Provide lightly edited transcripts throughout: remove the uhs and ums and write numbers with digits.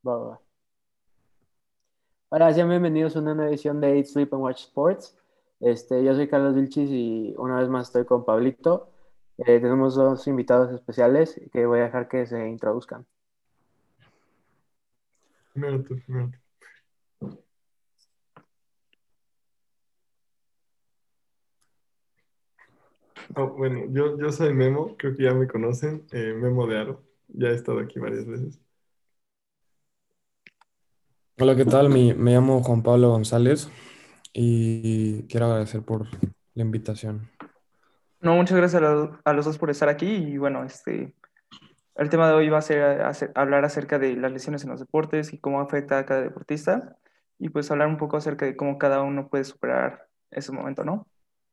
Va, va. Hola, sean bienvenidos a una nueva edición de Eat, Sleep and Watch Sports. Yo soy Carlos Vilchis y una vez más estoy con Pablito. Tenemos dos invitados especiales que voy a dejar que se introduzcan. Primero tú, primero tú. Bueno, yo soy Memo, creo que ya me conocen, Memo de Aro. Ya he estado aquí varias veces. Hola, ¿qué tal? Me llamo Juan Pablo González y quiero agradecer por la invitación. No, muchas gracias a los dos por estar aquí y bueno, el tema de hoy va a ser hablar acerca de las lesiones en los deportes y cómo afecta a cada deportista y pues hablar un poco acerca de cómo cada uno puede superar ese momento, ¿no?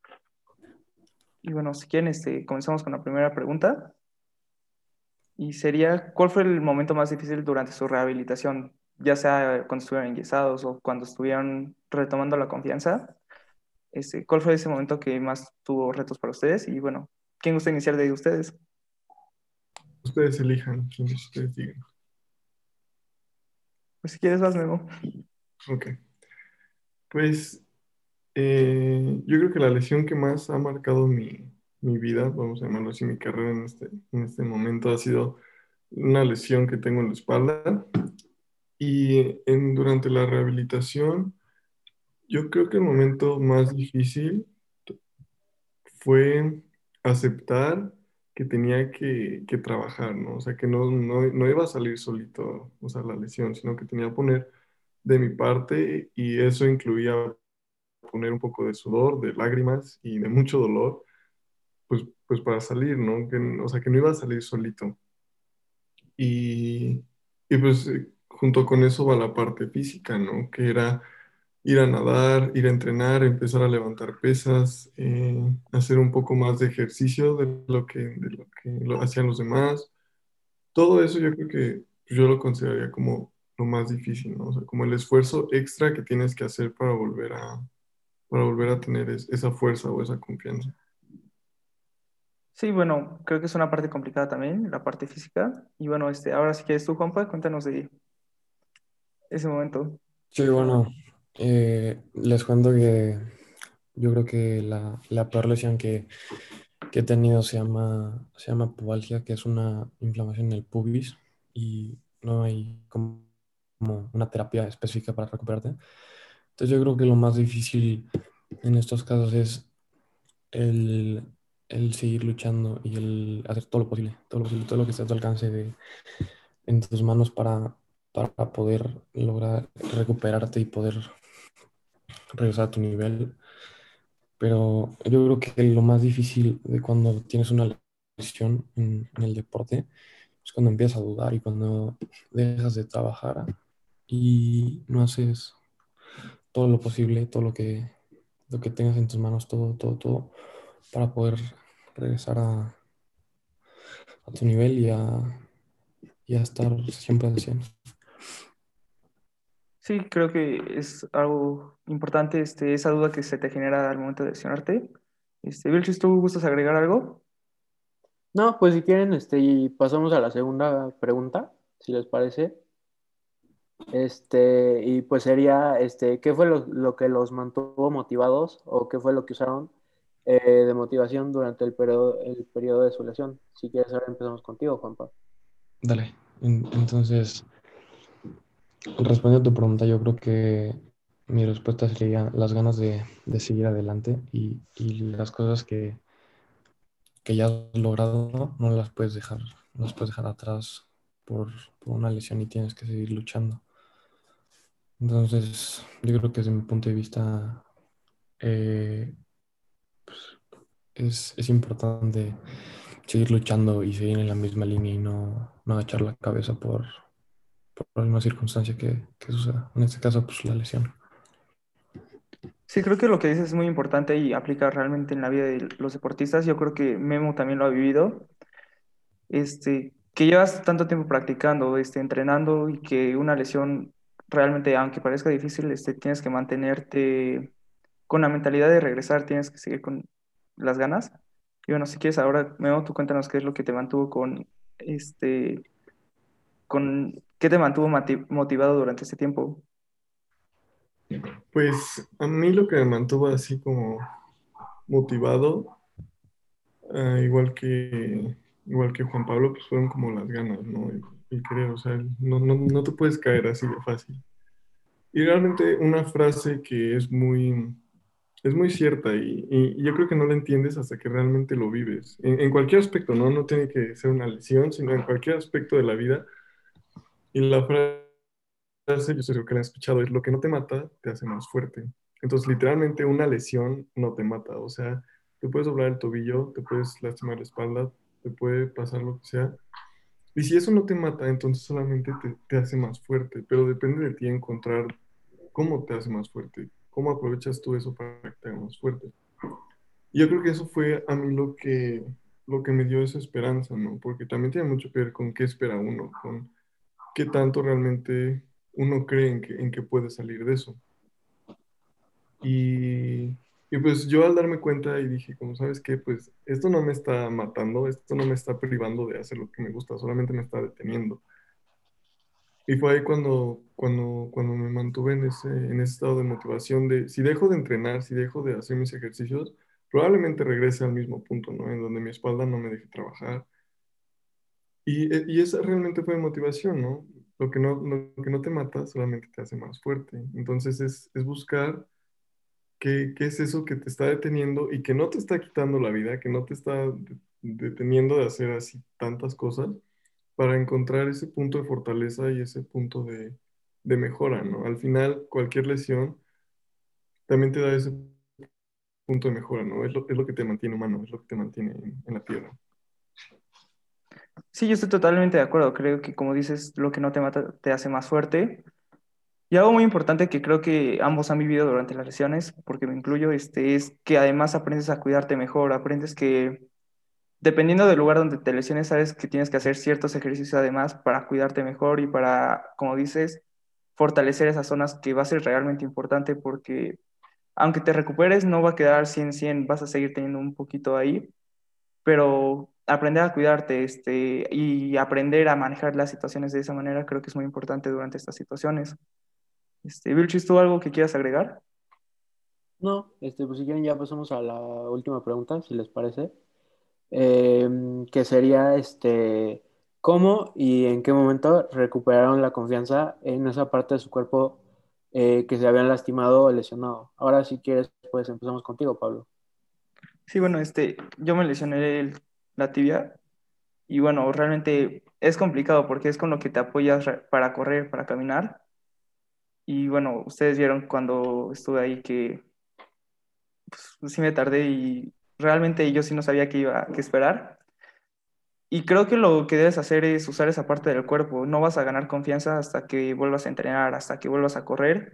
Y bueno, si quieren, comenzamos con la primera pregunta y sería, ¿cuál fue el momento más difícil durante su rehabilitación? Ya sea cuando estuvieron enyesados o cuando estuvieron retomando la confianza. ¿Cuál fue ese momento que más tuvo retos para ustedes? Y bueno, ¿quién gusta iniciar de ustedes? Ustedes elijan, quien ustedes digan. Pues si quieres, vas, Memo. Ok. Pues yo creo que la lesión que más ha marcado mi vida, vamos a llamarlo así, mi carrera en este momento, ha sido una lesión que tengo en la espalda. Y durante la rehabilitación, yo creo que el momento más difícil fue aceptar que tenía que trabajar, ¿no? O sea, que no iba a salir solito, o sea, la lesión, sino que tenía que poner de mi parte y eso incluía poner un poco de sudor, de lágrimas y de mucho dolor, pues para salir, ¿no? O sea, que no iba a salir solito. Y, y pues junto con eso va la parte física, ¿no? Que era ir a nadar, ir a entrenar, empezar a levantar pesas, hacer un poco más de ejercicio de lo que hacían los demás. Todo eso yo creo que yo lo consideraría como lo más difícil, ¿no? O sea, como el esfuerzo extra que tienes que hacer para volver a tener esa fuerza o esa confianza. Sí, bueno, creo que es una parte complicada también, la parte física. Y bueno, ahora si quieres tú, Juanpa, cuéntanos de ese momento. Sí, bueno, les cuento que yo creo que la peor lesión que he tenido se llama pubalgia, que es una inflamación en el pubis y no hay como una terapia específica para recuperarte. Entonces yo creo que lo más difícil en estos casos es el, el seguir luchando y el hacer todo lo posible, todo lo posible, todo lo que esté a tu alcance en tus manos para poder lograr recuperarte y poder regresar a tu nivel. Pero yo creo que lo más difícil de cuando tienes una lesión en el deporte es cuando empiezas a dudar y cuando dejas de trabajar y no haces todo lo posible, todo lo que tengas en tus manos, todo, todo, todo, para poder regresar a tu nivel y a estar siempre al 100. Sí, creo que es algo importante, esa duda que se te genera al momento de lesionarte. Vilchis, ¿tú gustas agregar algo? No, pues si quieren, y pasamos a la segunda pregunta, si les parece. Y pues sería, ¿qué fue lo que los mantuvo motivados o qué fue lo que usaron de motivación durante el periodo de su lesión? Si quieres, ahora empezamos contigo, Juanpa. Dale. Entonces, respondiendo a tu pregunta, yo creo que mi respuesta sería las ganas de seguir adelante y las cosas que ya has logrado no las puedes dejar, no las puedes dejar atrás por, por una lesión y tienes que seguir luchando. Entonces, yo creo que desde mi punto de vista eh, es importante seguir luchando y seguir en la misma línea y no agachar la cabeza por alguna circunstancia que suceda. En este caso, pues la lesión. Sí, creo que lo que dices es muy importante y aplica realmente en la vida de los deportistas. Yo creo que Memo también lo ha vivido. Que llevas tanto tiempo practicando, entrenando y que una lesión realmente, aunque parezca difícil, tienes que mantenerte con la mentalidad de regresar, tienes que seguir con las ganas. Y bueno, si quieres ahora, Memo, tú cuéntanos qué es lo que te mantuvo con, este, ¿qué te mantuvo motivado durante ese tiempo? Pues a mí lo que me mantuvo así como motivado, igual que Juan Pablo, pues fueron como las ganas, ¿no? El querer, o sea, no te puedes caer así de fácil. Y realmente una frase que es muy cierta y yo creo que no la entiendes hasta que realmente lo vives. En cualquier aspecto, ¿no? No tiene que ser una lesión, sino en cualquier aspecto de la vida. Y la frase, yo sé que la he escuchado, es lo que no te mata, te hace más fuerte. Entonces, literalmente una lesión no te mata. O sea, te puedes doblar el tobillo, te puedes lastimar la espalda, te puede pasar lo que sea. Y si eso no te mata, entonces solamente te hace más fuerte. Pero depende de ti encontrar cómo te hace más fuerte, cómo aprovechas tú eso para que te haga más fuerte. Y yo creo que eso fue a mí lo que me dio esa esperanza, ¿no? Porque también tiene mucho que ver con qué espera uno, con qué tanto realmente uno cree en que puede salir de eso. Y, y pues yo al darme cuenta y dije, como sabes qué, pues esto no me está matando, esto no me está privando de hacer lo que me gusta, solamente me está deteniendo. Y fue ahí cuando me mantuve en ese estado de motivación de, si dejo de entrenar, si dejo de hacer mis ejercicios, probablemente regrese al mismo punto, ¿no? En donde mi espalda no me deje trabajar. Y esa realmente fue mi motivación, ¿no? Lo que no te mata solamente te hace más fuerte. Entonces es buscar qué es eso que te está deteniendo y que no te está quitando la vida, que no te está deteniendo de hacer así tantas cosas para encontrar ese punto de fortaleza y ese punto de mejora, ¿no? Al final, cualquier lesión también te da ese punto de mejora, ¿no? Es lo que te mantiene humano, es lo que te mantiene en la tierra. Sí, yo estoy totalmente de acuerdo. Creo que, como dices, lo que no te mata te hace más fuerte. Y algo muy importante que creo que ambos han vivido durante las lesiones, porque me incluyo, es que además aprendes a cuidarte mejor, aprendes que dependiendo del lugar donde te lesiones, sabes que tienes que hacer ciertos ejercicios además para cuidarte mejor y para, como dices, fortalecer esas zonas que va a ser realmente importante porque aunque te recuperes, no va a quedar 100 vas a seguir teniendo un poquito ahí, pero aprender a cuidarte, y aprender a manejar las situaciones de esa manera creo que es muy importante durante estas situaciones. Vilchis, ¿tú algo que quieras agregar? No, pues si quieren ya pasamos a la última pregunta, si les parece. Que sería, ¿cómo y en qué momento recuperaron la confianza en esa parte de su cuerpo que se habían lastimado o lesionado? Ahora, si quieres, pues empezamos contigo, Pablo. Sí, bueno, yo me lesioné la tibia y bueno, realmente es complicado porque es con lo que te apoyas para correr, para caminar. Y bueno, ustedes vieron cuando estuve ahí que pues, sí me tardé y realmente yo sí no sabía qué iba a esperar. Y creo que lo que debes hacer es usar esa parte del cuerpo. No vas a ganar confianza hasta que vuelvas a entrenar, hasta que vuelvas a correr.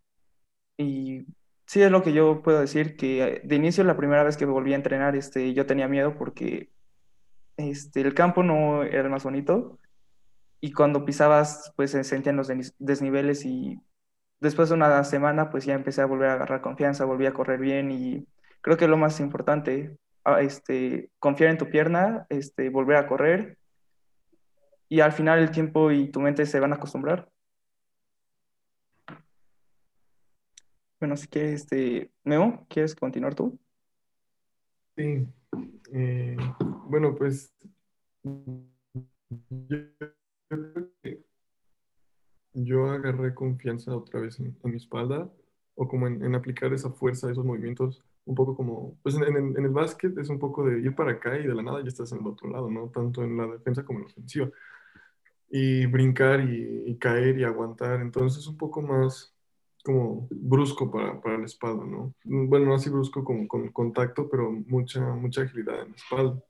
Y sí es lo que yo puedo decir, que de inicio, la primera vez que volví a entrenar, yo tenía miedo porque el campo no era el más bonito. Y cuando pisabas, pues se sentían los desniveles y después de una semana, pues ya empecé a volver a agarrar confianza, volví a correr bien y creo que lo más importante, confiar en tu pierna, volver a correr y al final el tiempo y tu mente se van a acostumbrar. Bueno, si quieres, Memo, ¿quieres continuar tú? Sí, eh, bueno, pues yo creo que yo agarré confianza otra vez en mi espalda o como en aplicar esa fuerza, esos movimientos, un poco como, pues en el básquet es un poco de ir para acá y de la nada ya estás en el otro lado, ¿no? Tanto en la defensa como en la ofensiva. Y brincar y caer y aguantar, entonces es un poco más como brusco para la espalda, ¿no? Bueno, no así brusco como con contacto, pero mucha agilidad en la espalda.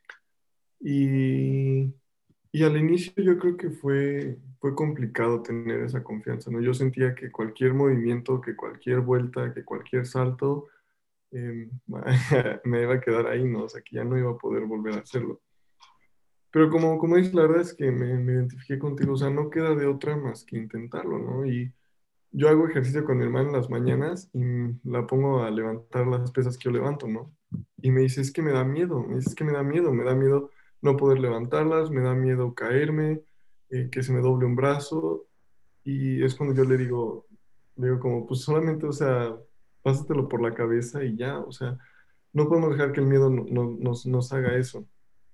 Y, y al inicio yo creo que fue complicado tener esa confianza, ¿no? Yo sentía que cualquier movimiento, que cualquier vuelta, que cualquier salto, eh, me iba a quedar ahí, ¿no? O sea, que ya no iba a poder volver a hacerlo. Pero como dices, la verdad es que me identifiqué contigo, o sea, no queda de otra más que intentarlo, ¿no? Y yo hago ejercicio con mi hermana en las mañanas y la pongo a levantar las pesas que yo levanto, ¿no? Y me dice, es que me da miedo, me dice, es que me da miedo no poder levantarlas, me da miedo caerme, que se me doble un brazo, y es cuando yo le digo como, pues solamente, o sea, pásatelo por la cabeza y ya, o sea, no podemos dejar que el miedo nos haga eso.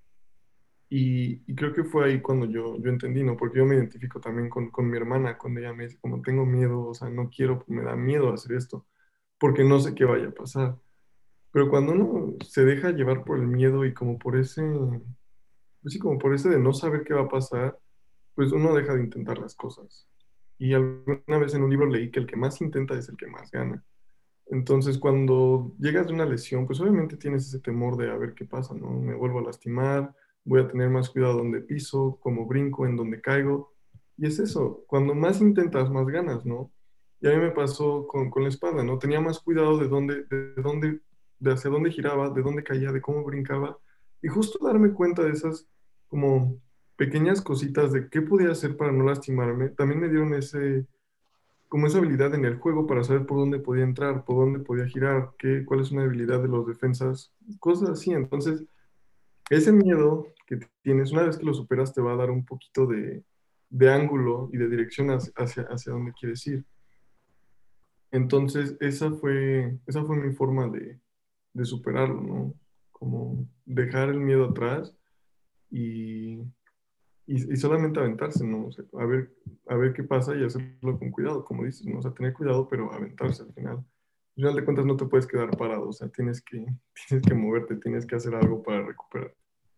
Y creo que fue ahí cuando yo entendí, ¿no? Porque yo me identifico también con mi hermana, cuando ella me dice, como tengo miedo, o sea, no quiero, me da miedo hacer esto, porque no sé qué vaya a pasar. Pero cuando uno se deja llevar por el miedo y como por ese, pues sí, como por ese de no saber qué va a pasar, pues uno deja de intentar las cosas. Y alguna vez en un libro leí que el que más intenta es el que más gana. Entonces, cuando llegas de una lesión, pues obviamente tienes ese temor de a ver qué pasa, ¿no? Me vuelvo a lastimar, voy a tener más cuidado donde piso, cómo brinco, en donde caigo. Y es eso, cuando más intentas, más ganas, ¿no? Y a mí me pasó con la espada, ¿no? Tenía más cuidado de hacia dónde giraba, de dónde caía, de cómo brincaba. Y justo darme cuenta de esas como pequeñas cositas de qué podía hacer para no lastimarme, también me dieron como esa habilidad en el juego para saber por dónde podía entrar, por dónde podía girar, cuál es una debilidad de los defensas, cosas así. Entonces, ese miedo que tienes, una vez que lo superas, te va a dar un poquito de ángulo y de dirección hacia dónde quieres ir. Entonces, esa fue mi forma de superarlo, ¿no? Como dejar el miedo atrás y, y solamente aventarse, ¿no? O sea, a ver qué pasa y hacerlo con cuidado, como dices, ¿no? O sea, tener cuidado, pero aventarse al final. Al final de cuentas no te puedes quedar parado, o sea, tienes que moverte, tienes que hacer algo para recuperar.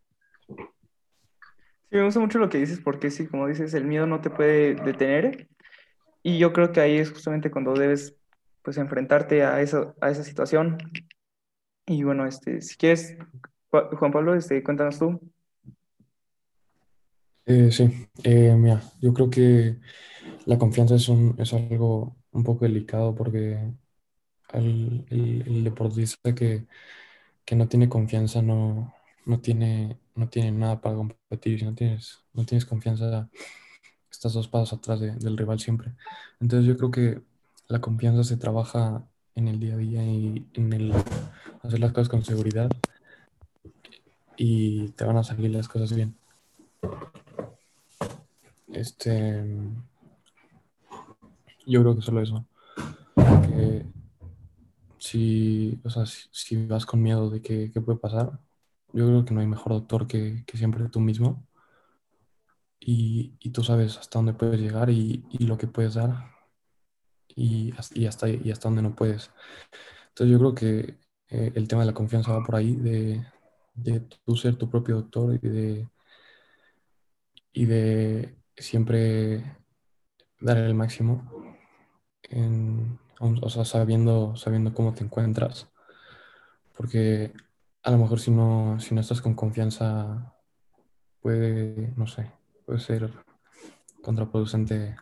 Sí, me gusta mucho lo que dices porque sí, como dices, el miedo no te puede detener y yo creo que ahí es justamente cuando debes pues enfrentarte a a esa situación. Y bueno, si quieres, Juan Pablo, cuéntanos tú. Sí, mira, yo creo que la confianza es algo un poco delicado porque el deportista que no tiene confianza no tiene nada para competir. Si no tienes confianza, estás dos pasos atrás del rival siempre. Entonces yo creo que la confianza se trabaja en el día a día y en el hacer las cosas con seguridad y te van a salir las cosas bien. Este, yo creo que solo eso, que o sea, si vas con miedo de qué puede pasar, yo creo que no hay mejor doctor que siempre tú mismo y tú sabes hasta dónde puedes llegar y lo que puedes dar y hasta dónde no puedes. Entonces yo creo que el tema de la confianza va por ahí, de tú ser tu propio doctor y de siempre dar el máximo, o sea, sabiendo cómo te encuentras, porque a lo mejor si no estás con confianza no sé, puede ser contraproducente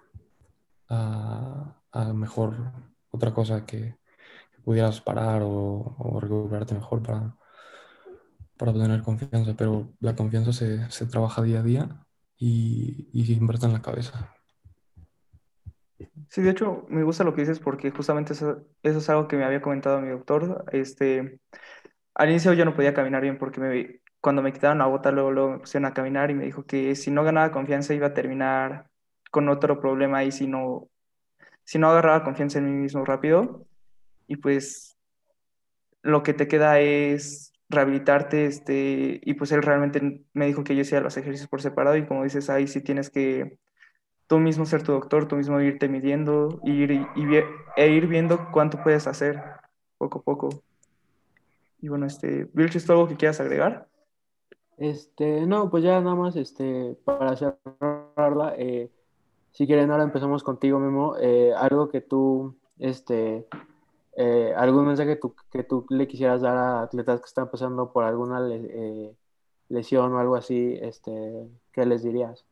a mejor otra cosa que pudieras parar o recuperarte mejor para tener confianza, pero la confianza se trabaja día a día y siempre está en la cabeza. Sí, de hecho, me gusta lo que dices porque justamente eso es algo que me había comentado mi doctor. Al inicio yo no podía caminar bien porque cuando me quitaron la bota, luego me pusieron a caminar y me dijo que si no ganaba confianza iba a terminar con otro problema y si no agarraba confianza en mí mismo rápido. Y pues lo que te queda es rehabilitarte, y pues él realmente me dijo que yo hacía los ejercicios por separado y como dices, ahí sí tienes que tú mismo ser tu doctor, tú mismo irte midiendo e ir viendo cuánto puedes hacer poco a poco. Y bueno, Vilches, ¿tú algo que quieras agregar? No, pues ya nada más, para cerrarla, si quieren, ahora empezamos contigo, Memo. Algo que tú, algún mensaje que tú le quisieras dar a atletas que están pasando por alguna lesión o algo así, ¿qué les dirías?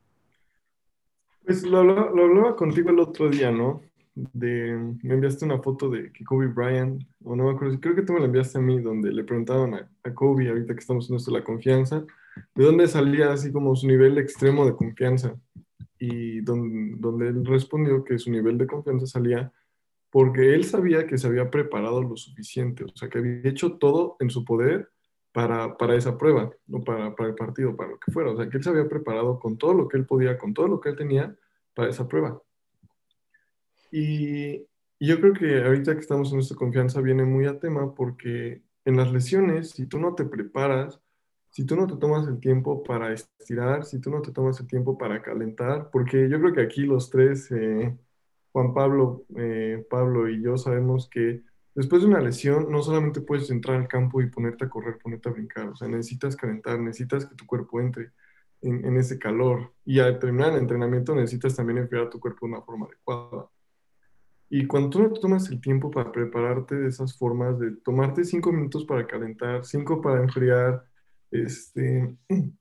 Pues lo hablaba contigo el otro día, ¿no? Me enviaste una foto de que Kobe Bryant, o no me acuerdo, creo que tú me la enviaste a mí, donde le preguntaban a Kobe, ahorita que estamos en esto de la confianza, de dónde salía así como su nivel extremo de confianza. Y donde él respondió que su nivel de confianza salía porque él sabía que se había preparado lo suficiente, o sea, que había hecho todo en su poder para esa prueba, o para el partido, para lo que fuera. O sea, que él se había preparado con todo lo que él podía, con todo lo que él tenía para esa prueba. Y, y yo creo que ahorita que estamos en esta confianza viene muy a tema porque en las lesiones, si tú no te preparas, si tú no te tomas el tiempo para estirar, si tú no te tomas el tiempo para calentar, porque yo creo que aquí los tres, Juan Pablo, Pablo y yo sabemos que después de una lesión no solamente puedes entrar al campo y ponerte a correr, ponerte a brincar, o sea, necesitas calentar, necesitas que tu cuerpo entre en ese calor y al terminar el entrenamiento necesitas también enfriar a tu cuerpo de una forma adecuada. Y cuando tú no te tomas el tiempo para prepararte de esas formas, de tomarte 5 minutos para calentar, 5 para enfriar, este,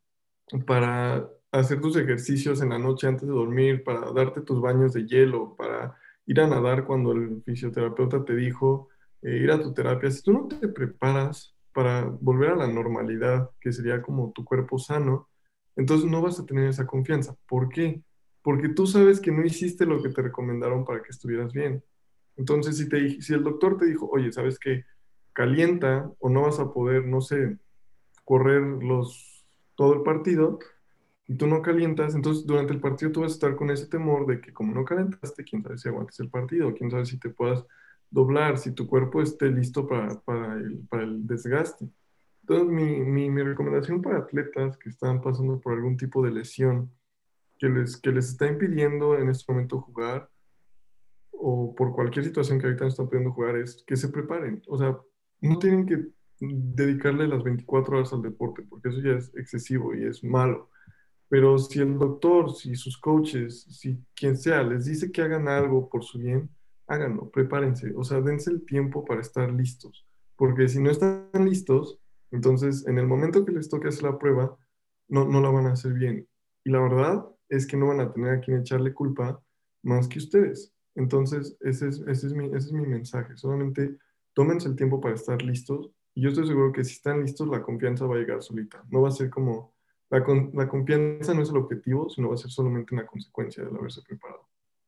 para hacer tus ejercicios en la noche antes de dormir, para darte tus baños de hielo, para ir a nadar cuando el fisioterapeuta te dijo, ir a tu terapia, si tú no te preparas para volver a la normalidad, que sería como tu cuerpo sano, entonces no vas a tener esa confianza. ¿Por qué? Porque tú sabes que no hiciste lo que te recomendaron para que estuvieras bien. Entonces, si el doctor te dijo, oye, ¿sabes qué? Calienta o no vas a poder, no sé, correr todo el partido y tú no calientas, entonces durante el partido tú vas a estar con ese temor de que como no calentaste, quién sabe si aguantes el partido, quién sabe si te puedas doblar, si tu cuerpo esté listo para el desgaste. Entonces, mi recomendación para atletas que están pasando por algún tipo de lesión que les está impidiendo en este momento jugar, o por cualquier situación que ahorita no están pudiendo jugar, es que se preparen. O sea, no tienen que dedicarle las 24 horas al deporte, porque eso ya es excesivo y es malo. Pero si el doctor, si sus coaches, si quien sea les dice que hagan algo por su bien, háganlo, prepárense. O sea, dense el tiempo para estar listos. Porque si no están listos, entonces en el momento que les toque hacer la prueba, no la van a hacer bien. Y la verdad es que no van a tener a quien echarle culpa más que ustedes. Entonces, ese es mi mensaje. Solamente tómense el tiempo para estar listos. Y yo estoy seguro que si están listos, la confianza va a llegar solita. No va a ser como la confianza no es el objetivo, sino va a ser solamente una consecuencia del haberse preparado.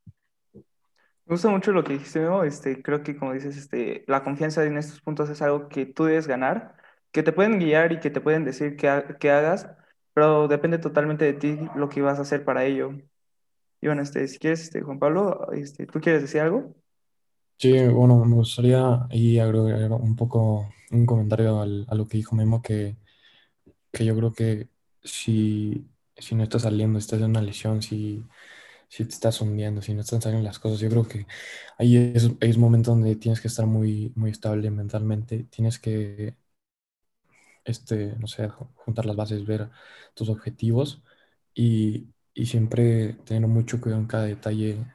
Me gusta mucho lo que dijiste, Memo. Creo que, como dices, la confianza en estos puntos es algo que tú debes ganar, que te pueden guiar y que te pueden decir que hagas, pero depende totalmente de ti lo que vas a hacer para ello. Y bueno, si quieres, Juan Pablo, ¿tú quieres decir algo? Sí, bueno, me gustaría y agregar un poco un comentario a lo que dijo Memo, que yo creo que si no estás saliendo, estás en una lesión, si te estás hundiendo, si no están saliendo las cosas, yo creo que ahí es momento donde tienes que estar muy, muy estable mentalmente, tienes que, no sé, juntar las bases, ver tus objetivos y siempre tener mucho cuidado en cada detalle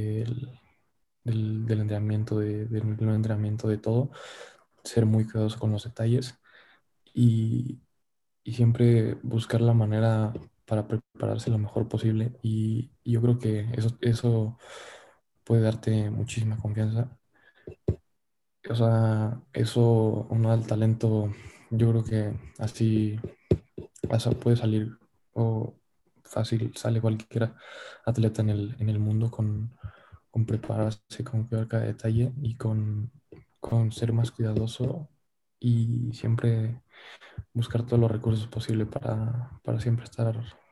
del entrenamiento, del entrenamiento de todo, ser muy cuidadoso con los detalles y, y siempre buscar la manera para prepararse lo mejor posible. Y yo creo que eso puede darte muchísima confianza. O sea, eso, uno al talento, yo creo que así puede salir o fácil, sale cualquier atleta en el mundo con prepararse, con cuidar cada detalle y con ser más cuidadoso y siempre buscar todos los recursos posibles para siempre estar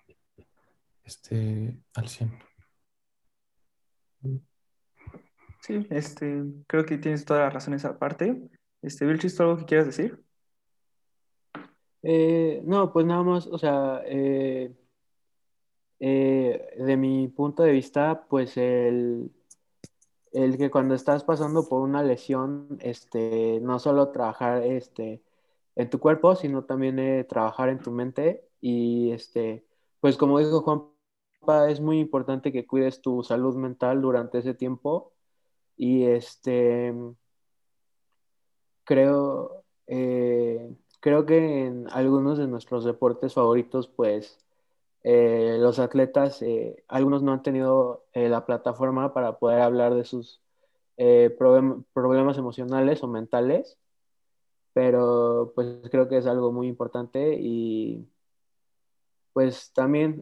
al 100. Sí, creo que tienes toda la razón en esa parte. Vilchis, ¿tú algo que quieras decir? No, pues nada más, o sea, de mi punto de vista, pues el que cuando estás pasando por una lesión, no solo trabajar en tu cuerpo, sino también trabajar en tu mente. Y pues como dijo Juanpa, es muy importante que cuides tu salud mental durante ese tiempo. Y creo que en algunos de nuestros deportes favoritos, pues los atletas, algunos no han tenido la plataforma para poder hablar de sus problemas emocionales o mentales, pero pues creo que es algo muy importante y pues también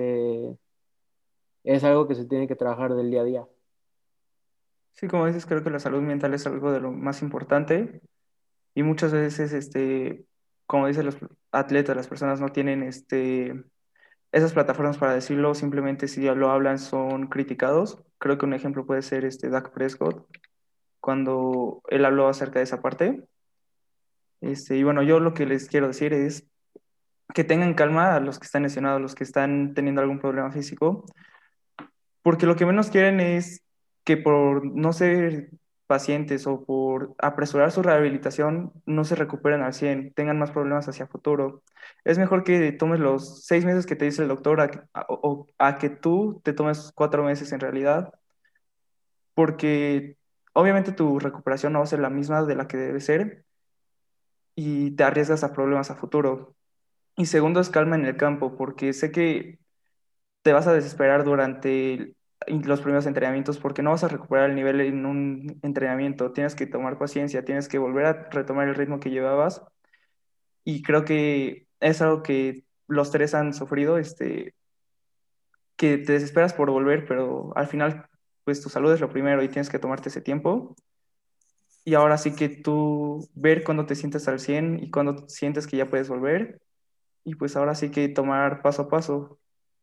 es algo que se tiene que trabajar del día a día. Sí, como dices, creo que la salud mental es algo de lo más importante y muchas veces, como dicen los atletas, las personas no tienen esas plataformas para decirlo, simplemente si ya lo hablan son criticados. Creo que un ejemplo puede ser Dak Prescott, cuando él habló acerca de esa parte. Y bueno, yo lo que les quiero decir es que tengan calma a los que están lesionados, los que están teniendo algún problema físico, porque lo que menos quieren es que por no ser pacientes o por apresurar su rehabilitación no se recuperen al 100, tengan más problemas hacia futuro. Es mejor que tomes los 6 meses que te dice el doctor o a que tú te tomes 4 meses en realidad, porque obviamente tu recuperación no va a ser la misma de la que debe ser y te arriesgas a problemas a futuro. Y segundo es calma en el campo, porque sé que te vas a desesperar durante los primeros entrenamientos porque no vas a recuperar el nivel en un entrenamiento. Tienes que tomar paciencia, tienes que volver a retomar el ritmo que llevabas. Y creo que es algo que los tres han sufrido, que te desesperas por volver, pero al final, pues tu salud es lo primero y tienes que tomarte ese tiempo. Y ahora sí que tú ver cuándo te sientes al 100 y cuándo sientes que ya puedes volver. Y pues ahora sí que tomar paso a paso.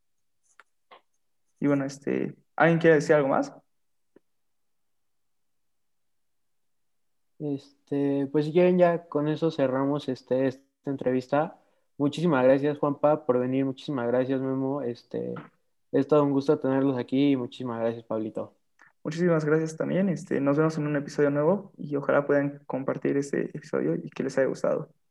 Y bueno, ¿alguien quiere decir algo más? Pues si quieren ya con eso cerramos esta entrevista. Muchísimas gracias, Juanpa, por venir. Muchísimas gracias, Memo. Es todo un gusto tenerlos aquí y muchísimas gracias, Pablito. Muchísimas gracias también. Nos vemos en un episodio nuevo y ojalá puedan compartir este episodio y que les haya gustado.